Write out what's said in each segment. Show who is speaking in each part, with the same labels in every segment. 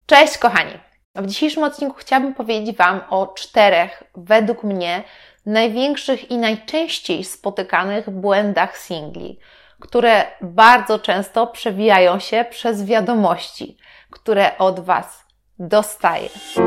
Speaker 1: Cześć kochani! W dzisiejszym odcinku chciałabym powiedzieć Wam o 4, według mnie, największych i najczęściej spotykanych błędach singli, które bardzo często przewijają się przez wiadomości, które od Was dostaję.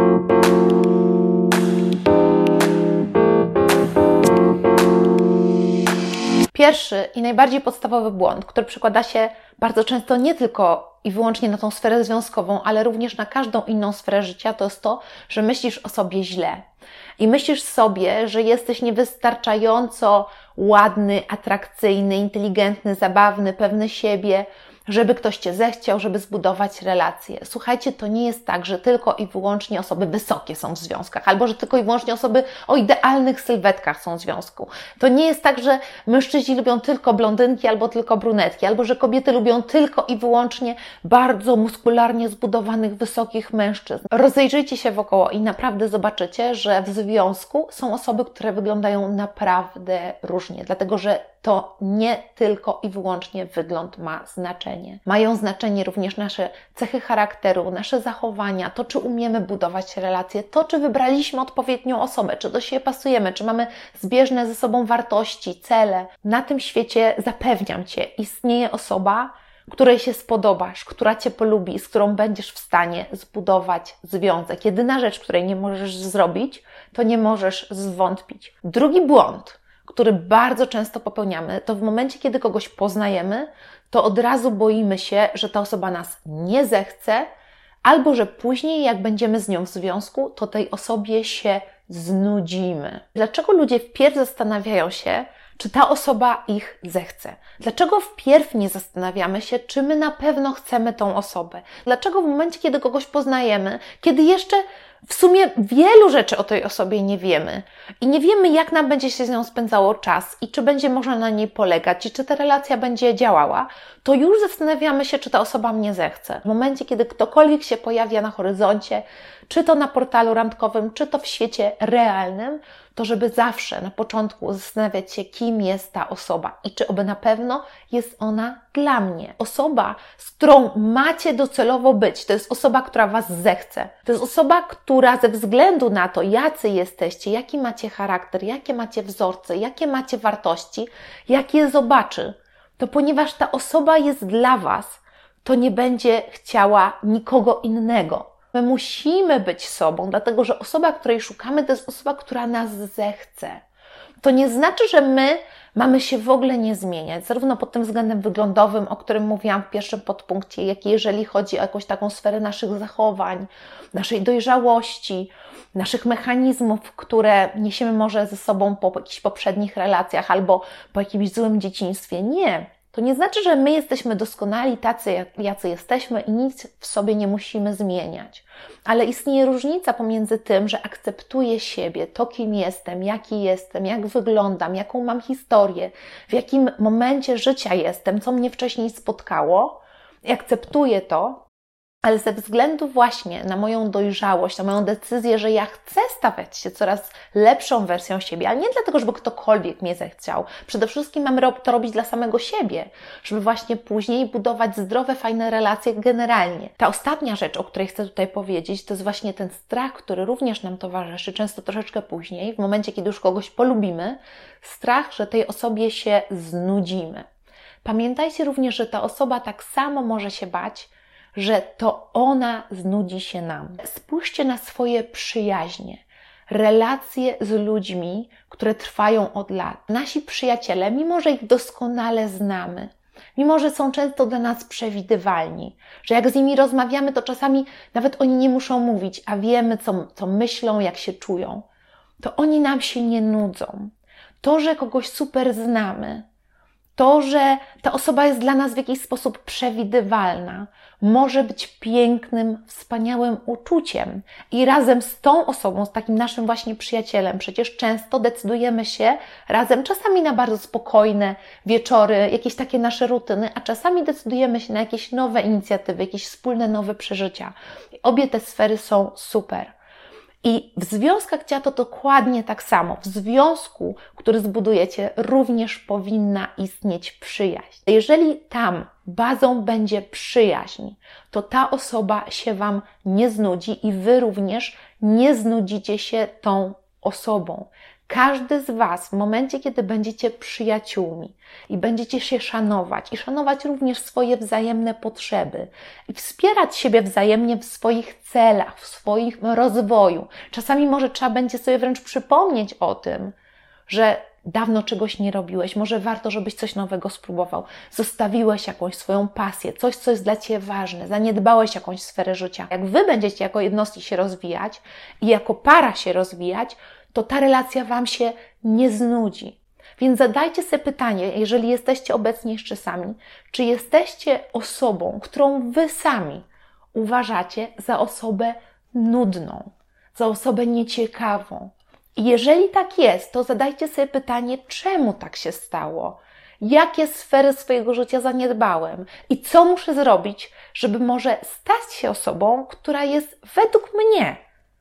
Speaker 1: Pierwszy i najbardziej podstawowy błąd, który przekłada się bardzo często nie tylko i wyłącznie na tą sferę związkową, ale również na każdą inną sferę życia, to jest to, że myślisz o sobie źle. I myślisz sobie, że jesteś niewystarczająco ładny, atrakcyjny, inteligentny, zabawny, pewny siebie, żeby ktoś Cię zechciał, żeby zbudować relacje. Słuchajcie, to nie jest tak, że tylko i wyłącznie osoby wysokie są w związkach, albo że tylko i wyłącznie osoby o idealnych sylwetkach są w związku. To nie jest tak, że mężczyźni lubią tylko blondynki albo tylko brunetki, albo że kobiety lubią tylko i wyłącznie bardzo muskularnie zbudowanych, wysokich mężczyzn. Rozejrzyjcie się wokoło i naprawdę zobaczycie, że w związku są osoby, które wyglądają naprawdę różnie, dlatego że to nie tylko i wyłącznie wygląd ma znaczenie. Mają znaczenie również nasze cechy charakteru, nasze zachowania, to czy umiemy budować relacje, to czy wybraliśmy odpowiednią osobę, czy do siebie pasujemy, czy mamy zbieżne ze sobą wartości, cele. Na tym świecie, zapewniam Cię, istnieje osoba, której się spodobasz, która Cię polubi, z którą będziesz w stanie zbudować związek. Jedyna rzecz, której nie możesz zrobić, to nie możesz zwątpić. Drugi błąd, który bardzo często popełniamy, to w momencie, kiedy kogoś poznajemy, to od razu boimy się, że ta osoba nas nie zechce, albo że później, jak będziemy z nią w związku, to tej osobie się znudzimy. Dlaczego ludzie wpierw zastanawiają się, czy ta osoba ich zechce? Dlaczego wpierw nie zastanawiamy się, czy my na pewno chcemy tą osobę? Dlaczego w momencie, kiedy kogoś poznajemy, kiedy jeszcze w sumie wielu rzeczy o tej osobie nie wiemy i nie wiemy, jak nam będzie się z nią spędzało czas i czy będzie można na niej polegać i czy ta relacja będzie działała, to już zastanawiamy się, czy ta osoba mnie zechce. W momencie, kiedy ktokolwiek się pojawia na horyzoncie, czy to na portalu randkowym, czy to w świecie realnym, to żeby zawsze na początku zastanawiać się, kim jest ta osoba i czy oby na pewno jest ona dla mnie. Osoba, z którą macie docelowo być, to jest osoba, która Was zechce. To jest osoba, która ze względu na to, jacy jesteście, jaki macie charakter, jakie macie wzorce, jakie macie wartości, jak je zobaczy, to ponieważ ta osoba jest dla Was, to nie będzie chciała nikogo innego. My musimy być sobą, dlatego że osoba, której szukamy, to jest osoba, która nas zechce. To nie znaczy, że my mamy się w ogóle nie zmieniać, zarówno pod tym względem wyglądowym, o którym mówiłam w pierwszym podpunkcie, jak i jeżeli chodzi o jakąś taką sferę naszych zachowań, naszej dojrzałości, naszych mechanizmów, które niesiemy może ze sobą po jakichś poprzednich relacjach albo po jakimś złym dzieciństwie. Nie. To nie znaczy, że my jesteśmy doskonali, tacy jacy jesteśmy i nic w sobie nie musimy zmieniać. Ale istnieje różnica pomiędzy tym, że akceptuję siebie, to kim jestem, jaki jestem, jak wyglądam, jaką mam historię, w jakim momencie życia jestem, co mnie wcześniej spotkało i akceptuję to, ale ze względu właśnie na moją dojrzałość, na moją decyzję, że ja chcę stawać się coraz lepszą wersją siebie, ale nie dlatego, żeby ktokolwiek mnie zechciał. Przede wszystkim mamy to robić dla samego siebie, żeby właśnie później budować zdrowe, fajne relacje generalnie. Ta ostatnia rzecz, o której chcę tutaj powiedzieć, to jest właśnie ten strach, który również nam towarzyszy, często troszeczkę później, w momencie, kiedy już kogoś polubimy, strach, że tej osobie się znudzimy. Pamiętajcie również, że ta osoba tak samo może się bać, że to ona znudzi się nam. Spójrzcie na swoje przyjaźnie, relacje z ludźmi, które trwają od lat. Nasi przyjaciele, mimo że ich doskonale znamy, mimo że są często dla nas przewidywalni, że jak z nimi rozmawiamy, to czasami nawet oni nie muszą mówić, a wiemy, co myślą, jak się czują, to oni nam się nie nudzą. To, że kogoś super znamy, to, że ta osoba jest dla nas w jakiś sposób przewidywalna, może być pięknym, wspaniałym uczuciem. I razem z tą osobą, z takim naszym właśnie przyjacielem, przecież często decydujemy się razem, czasami na bardzo spokojne wieczory, jakieś takie nasze rutyny, a czasami decydujemy się na jakieś nowe inicjatywy, jakieś wspólne nowe przeżycia. I obie te sfery są super. I w związkach działa to dokładnie tak samo. W związku, który zbudujecie, również powinna istnieć przyjaźń. Jeżeli tam bazą będzie przyjaźń, to ta osoba się Wam nie znudzi i Wy również nie znudzicie się tą osobą. Każdy z Was w momencie, kiedy będziecie przyjaciółmi i będziecie się szanować i szanować również swoje wzajemne potrzeby i wspierać siebie wzajemnie w swoich celach, w swoim rozwoju. Czasami może trzeba będzie sobie wręcz przypomnieć o tym, że dawno czegoś nie robiłeś, może warto, żebyś coś nowego spróbował. Zostawiłeś jakąś swoją pasję, coś, co jest dla Ciebie ważne, zaniedbałeś jakąś sferę życia. Jak Wy będziecie jako jednostki się rozwijać i jako para się rozwijać, to ta relacja Wam się nie znudzi. Więc zadajcie sobie pytanie, jeżeli jesteście obecnie jeszcze sami, czy jesteście osobą, którą Wy sami uważacie za osobę nudną, za osobę nieciekawą. I jeżeli tak jest, to zadajcie sobie pytanie, czemu tak się stało? Jakie sfery swojego życia zaniedbałem? I co muszę zrobić, żeby może stać się osobą, która jest według mnie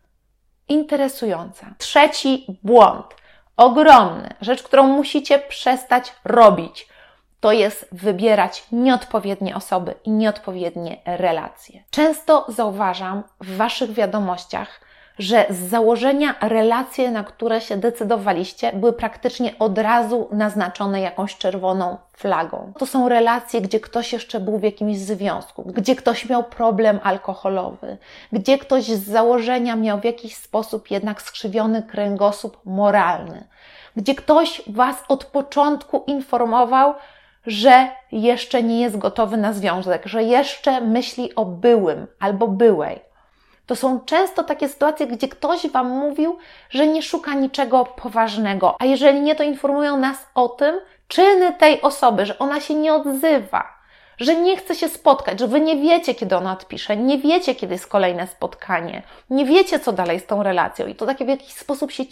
Speaker 1: interesująca? Trzeci błąd, ogromny, rzecz, którą musicie przestać robić, to jest wybierać nieodpowiednie osoby i nieodpowiednie relacje. Często zauważam w Waszych wiadomościach, że z założenia relacje, na które się decydowaliście, były praktycznie od razu naznaczone jakąś czerwoną flagą. To są relacje, gdzie ktoś jeszcze był w jakimś związku, gdzie ktoś miał problem alkoholowy, gdzie ktoś z założenia miał w jakiś sposób jednak skrzywiony kręgosłup moralny, gdzie ktoś Was od początku informował, że jeszcze nie jest gotowy na związek, że jeszcze myśli o byłym albo byłej. To są często takie sytuacje, gdzie ktoś Wam mówił, że nie szuka niczego poważnego, a jeżeli nie, to informują nas o tym czyny tej osoby, że ona się nie odzywa, że nie chce się spotkać, że Wy nie wiecie, kiedy ona odpisze, nie wiecie, kiedy jest kolejne spotkanie, nie wiecie, co dalej z tą relacją i to takie w jakiś sposób się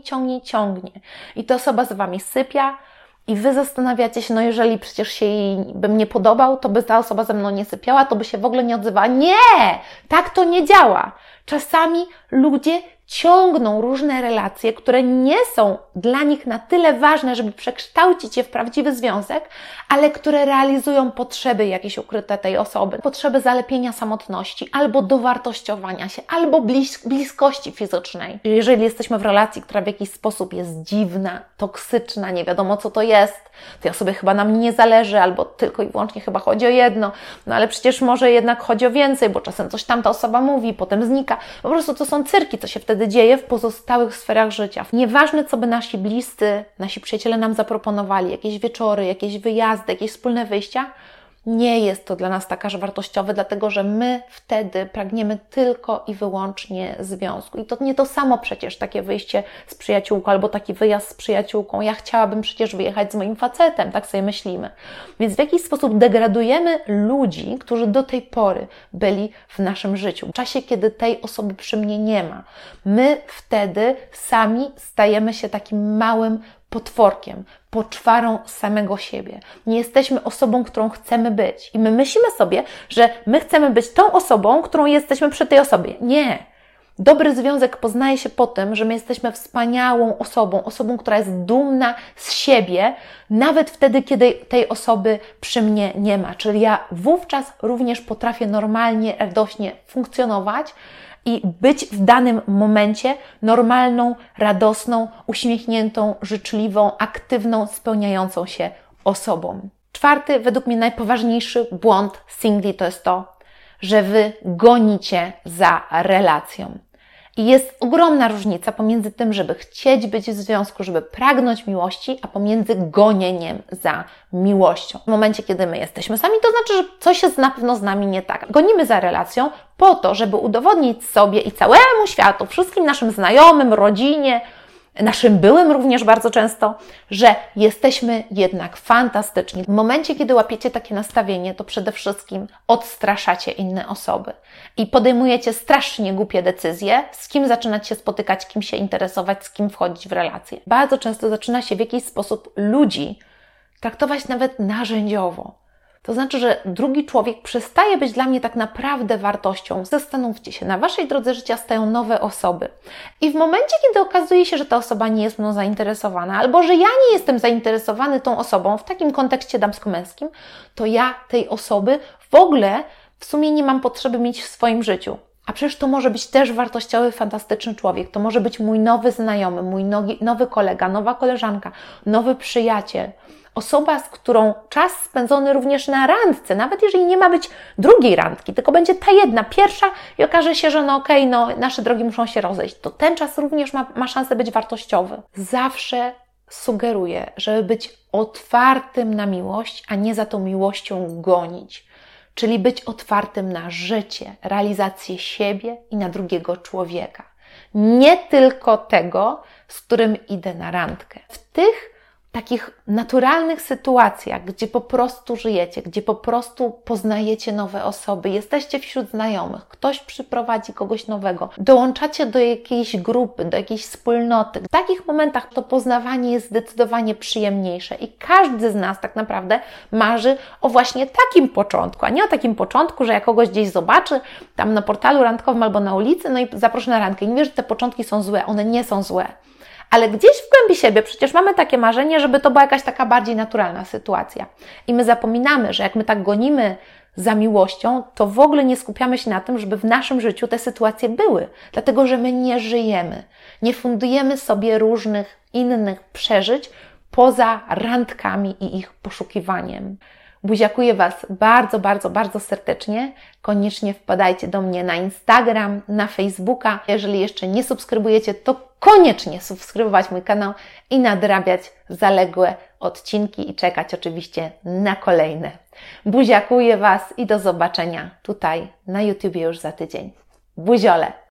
Speaker 1: ciągnie i ta osoba z Wami sypia i Wy zastanawiacie się, no jeżeli przecież się jej bym nie podobał, to by ta osoba ze mną nie sypiała, to by się w ogóle nie odzywała. Nie! Tak to nie działa. Czasami ludzie ciągną różne relacje, które nie są dla nich na tyle ważne, żeby przekształcić je w prawdziwy związek, ale które realizują potrzeby jakieś ukryte tej osoby. Potrzeby zalepienia samotności, albo dowartościowania się, albo bliskości fizycznej. Jeżeli jesteśmy w relacji, która w jakiś sposób jest dziwna, toksyczna, nie wiadomo co to jest, tej osobie chyba nam nie zależy, albo tylko i wyłącznie chyba chodzi o jedno, no ale przecież może jednak chodzi o więcej, bo czasem coś tam ta osoba mówi, potem znika. Po prostu to są cyrki, co się wtedy dzieje w pozostałych sferach życia. Nieważne, co by nasi bliscy, nasi przyjaciele nam zaproponowali, jakieś wieczory, jakieś wyjazdy, jakieś wspólne wyjścia, nie jest to dla nas tak aż wartościowe, dlatego że my wtedy pragniemy tylko i wyłącznie związku. I to nie to samo przecież takie wyjście z przyjaciółką albo taki wyjazd z przyjaciółką. Ja chciałabym przecież wyjechać z moim facetem, tak sobie myślimy. Więc w jakiś sposób degradujemy ludzi, którzy do tej pory byli w naszym życiu. W czasie, kiedy tej osoby przy mnie nie ma. My wtedy sami stajemy się takim małym potworkiem, poczwarą samego siebie. Nie jesteśmy osobą, którą chcemy być. I my myślimy sobie, że my chcemy być tą osobą, którą jesteśmy przy tej osobie. Nie. Dobry związek poznaje się po tym, że my jesteśmy wspaniałą osobą, która jest dumna z siebie, nawet wtedy, kiedy tej osoby przy mnie nie ma. Czyli ja wówczas również potrafię normalnie, radośnie funkcjonować i być w danym momencie normalną, radosną, uśmiechniętą, życzliwą, aktywną, spełniającą się osobą. Czwarty, według mnie najpoważniejszy błąd singli to jest to, że Wy gonicie za relacją. I jest ogromna różnica pomiędzy tym, żeby chcieć być w związku, żeby pragnąć miłości, a pomiędzy gonieniem za miłością. W momencie, kiedy my jesteśmy sami, to znaczy, że coś jest na pewno z nami nie tak. Gonimy za relacją po to, żeby udowodnić sobie i całemu światu, wszystkim naszym znajomym, rodzinie, naszym byłym również bardzo często, że jesteśmy jednak fantastyczni. W momencie, kiedy łapiecie takie nastawienie, to przede wszystkim odstraszacie inne osoby i podejmujecie strasznie głupie decyzje, z kim zaczynać się spotykać, kim się interesować, z kim wchodzić w relacje. Bardzo często zaczyna się w jakiś sposób ludzi traktować nawet narzędziowo. To znaczy, że drugi człowiek przestaje być dla mnie tak naprawdę wartością. Zastanówcie się, na Waszej drodze życia stają nowe osoby. I w momencie, kiedy okazuje się, że ta osoba nie jest mną zainteresowana, albo że ja nie jestem zainteresowany tą osobą w takim kontekście damsko-męskim, to ja tej osoby w ogóle w sumie nie mam potrzeby mieć w swoim życiu. A przecież to może być też wartościowy, fantastyczny człowiek. To może być mój nowy znajomy, mój nowy kolega, nowa koleżanka, nowy przyjaciel. Osoba, z którą czas spędzony również na randce, nawet jeżeli nie ma być drugiej randki, tylko będzie ta jedna, pierwsza i okaże się, że nasze drogi muszą się rozejść, to ten czas również ma szansę być wartościowy. Zawsze sugeruję, żeby być otwartym na miłość, a nie za tą miłością gonić. Czyli być otwartym na życie, realizację siebie i na drugiego człowieka. Nie tylko tego, z którym idę na randkę. W tych takich naturalnych sytuacjach, gdzie po prostu żyjecie, gdzie po prostu poznajecie nowe osoby, jesteście wśród znajomych, ktoś przyprowadzi kogoś nowego, dołączacie do jakiejś grupy, do jakiejś wspólnoty. W takich momentach to poznawanie jest zdecydowanie przyjemniejsze i każdy z nas tak naprawdę marzy o właśnie takim początku, a nie o takim początku, że jak kogoś gdzieś zobaczy, tam na portalu randkowym albo na ulicy, no i zaproszy na randkę. I nie wiesz, że te początki są złe, one nie są złe. Ale gdzieś w głębi siebie przecież mamy takie marzenie, żeby to była jakaś taka bardziej naturalna sytuacja. I my zapominamy, że jak my tak gonimy za miłością, to w ogóle nie skupiamy się na tym, żeby w naszym życiu te sytuacje były. Dlatego, że my nie żyjemy. Nie fundujemy sobie różnych innych przeżyć poza randkami i ich poszukiwaniem. Buziakuję Was bardzo, bardzo, bardzo serdecznie. Koniecznie wpadajcie do mnie na Instagram, na Facebooka. Jeżeli jeszcze nie subskrybujecie, to koniecznie subskrybować mój kanał i nadrabiać zaległe odcinki i czekać oczywiście na kolejne. Buziakuję Was i do zobaczenia tutaj na YouTubie już za tydzień. Buziole!